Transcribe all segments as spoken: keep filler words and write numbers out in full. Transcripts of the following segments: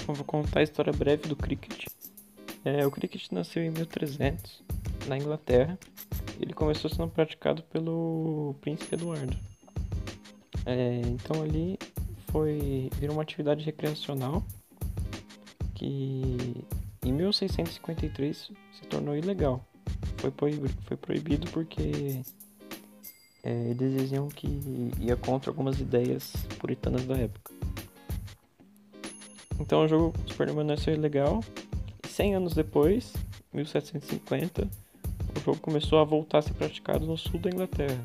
Eu vou contar a história breve do cricket. É, o cricket nasceu em mil e trezentos, na Inglaterra. Ele começou sendo praticado pelo príncipe Eduardo. É, então ali foi virou uma atividade recreacional que em mil seiscentos e cinquenta e três se tornou ilegal. Foi proibido, foi proibido porque é, eles diziam que ia contra algumas ideias puritanas da época. Então o jogo permaneceu ilegal e cem anos depois, mil setecentos e cinquenta, o jogo começou a voltar a ser praticado no sul da Inglaterra.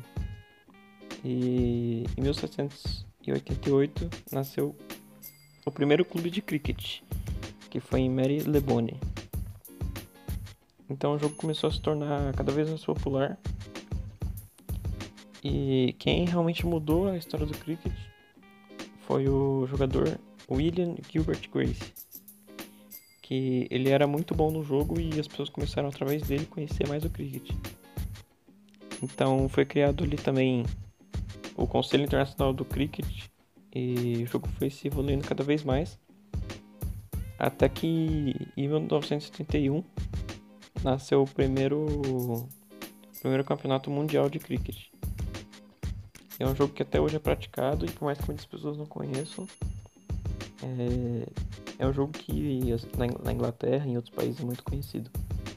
E em mil setecentos e oitenta e oito nasceu o primeiro clube de cricket, que foi em Marylebone. Então o jogo começou a se tornar cada vez mais popular. E quem realmente mudou a história do cricket foi o jogador William Gilbert Grace, que ele era muito bom no jogo e as pessoas começaram através dele conhecer mais o cricket. Então foi criado ali também o Conselho Internacional do Cricket e o jogo foi se evoluindo cada vez mais, até que em mil novecentos e setenta e um nasceu o primeiro, primeiro campeonato mundial de cricket. É um jogo que até hoje é praticado e por mais que muitas pessoas não conheçam, é, é um jogo que na Inglaterra e em outros países é muito conhecido.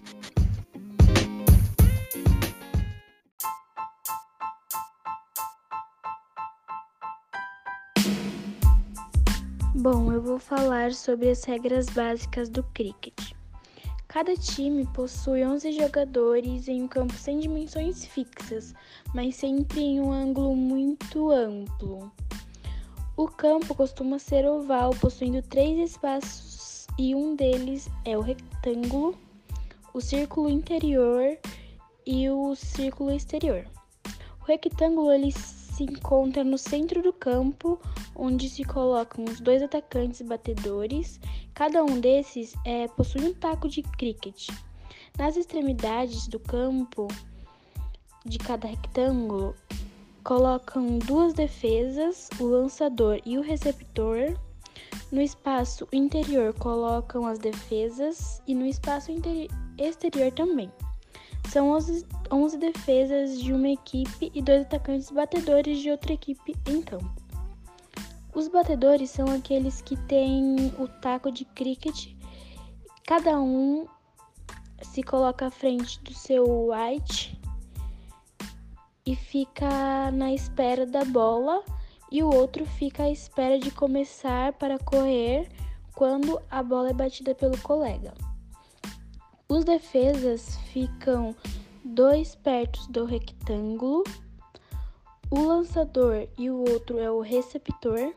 Bom, eu vou falar sobre as regras básicas do cricket. Cada time possui onze jogadores em um campo sem dimensões fixas, mas sempre em um ângulo muito amplo. O campo costuma ser oval, possuindo três espaços e um deles é o retângulo, o círculo interior e o círculo exterior. O retângulo ele se encontra no centro do campo, onde se colocam os dois atacantes batedores. Cada um desses é, possui um taco de cricket. Nas extremidades do campo de cada retângulo, colocam duas defesas, o lançador e o receptor. No espaço interior, colocam as defesas e no espaço interi- exterior também. São onze defesas de uma equipe e dois atacantes batedores de outra equipe em campo. Os batedores são aqueles que têm o taco de cricket. Cada um se coloca à frente do seu white e fica na espera da bola, e o outro fica à espera de começar para correr quando a bola é batida pelo colega. Os defesas ficam dois perto do retângulo, o lançador e o outro é o receptor.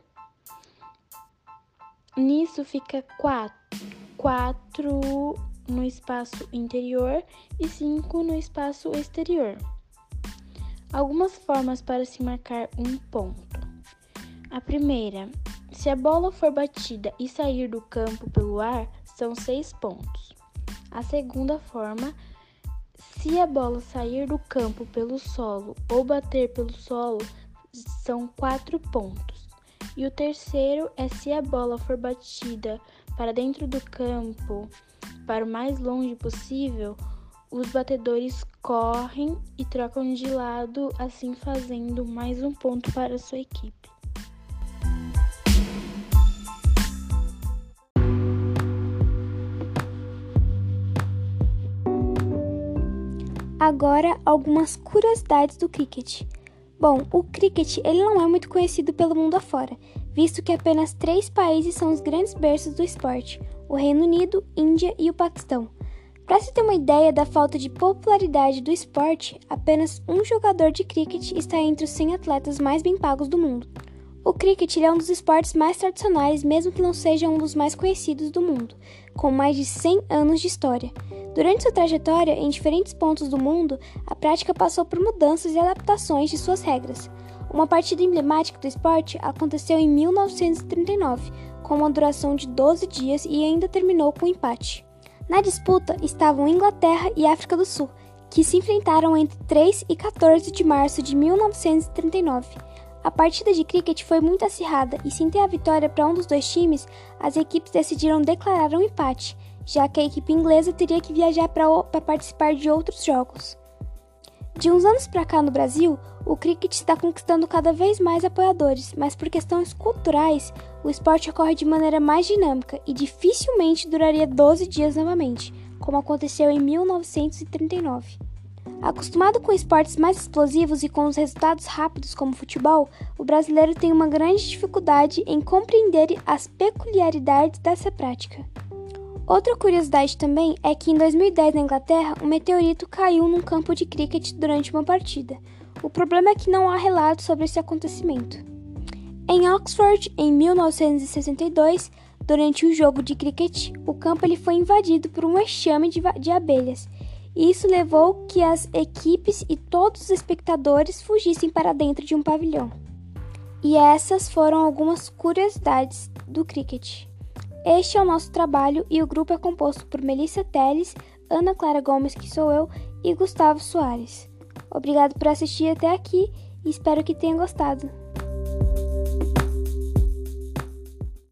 Nisso fica quatro, quatro no espaço interior e cinco no espaço exterior. Algumas formas para se marcar um ponto. A primeira, se a bola for batida e sair do campo pelo ar, são seis pontos. A segunda forma, se a bola sair do campo pelo solo ou bater pelo solo, são quatro pontos. E o terceiro é se a bola for batida para dentro do campo, para o mais longe possível, os batedores correm e trocam de lado, assim fazendo mais um ponto para a sua equipe. Agora, algumas curiosidades do cricket. Bom, o cricket ele não é muito conhecido pelo mundo afora, visto que apenas três países são os grandes berços do esporte: o Reino Unido, Índia e o Paquistão. Para se ter uma ideia da falta de popularidade do esporte, apenas um jogador de cricket está entre os cem atletas mais bem pagos do mundo. O cricket é um dos esportes mais tradicionais, mesmo que não seja um dos mais conhecidos do mundo, com mais de cem anos de história. Durante sua trajetória em diferentes pontos do mundo, a prática passou por mudanças e adaptações de suas regras. Uma partida emblemática do esporte aconteceu em mil novecentos e trinta e nove, com uma duração de doze dias e ainda terminou com um empate. Na disputa estavam Inglaterra e África do Sul, que se enfrentaram entre três e quatorze de março de mil novecentos e trinta e nove. A partida de cricket foi muito acirrada e, sem ter a vitória para um dos dois times, as equipes decidiram declarar um empate, já que a equipe inglesa teria que viajar para participar de outros jogos. De uns anos para cá no Brasil, o cricket está conquistando cada vez mais apoiadores, mas por questões culturais, o esporte ocorre de maneira mais dinâmica e dificilmente duraria doze dias novamente, como aconteceu em mil novecentos e trinta e nove. Acostumado com esportes mais explosivos e com os resultados rápidos como o futebol, o brasileiro tem uma grande dificuldade em compreender as peculiaridades dessa prática. Outra curiosidade também é que em dois mil e dez na Inglaterra, um meteorito caiu num campo de cricket durante uma partida. O problema é que não há relatos sobre esse acontecimento. Em Oxford, em mil novecentos e sessenta e dois, durante um jogo de cricket, o campo ele foi invadido por um enxame de, de abelhas. E isso levou que as equipes e todos os espectadores fugissem para dentro de um pavilhão. E essas foram algumas curiosidades do cricket. Este é o nosso trabalho e o grupo é composto por Melissa Teles, Ana Clara Gomes, que sou eu, e Gustavo Soares. Obrigado por assistir até aqui e espero que tenha gostado.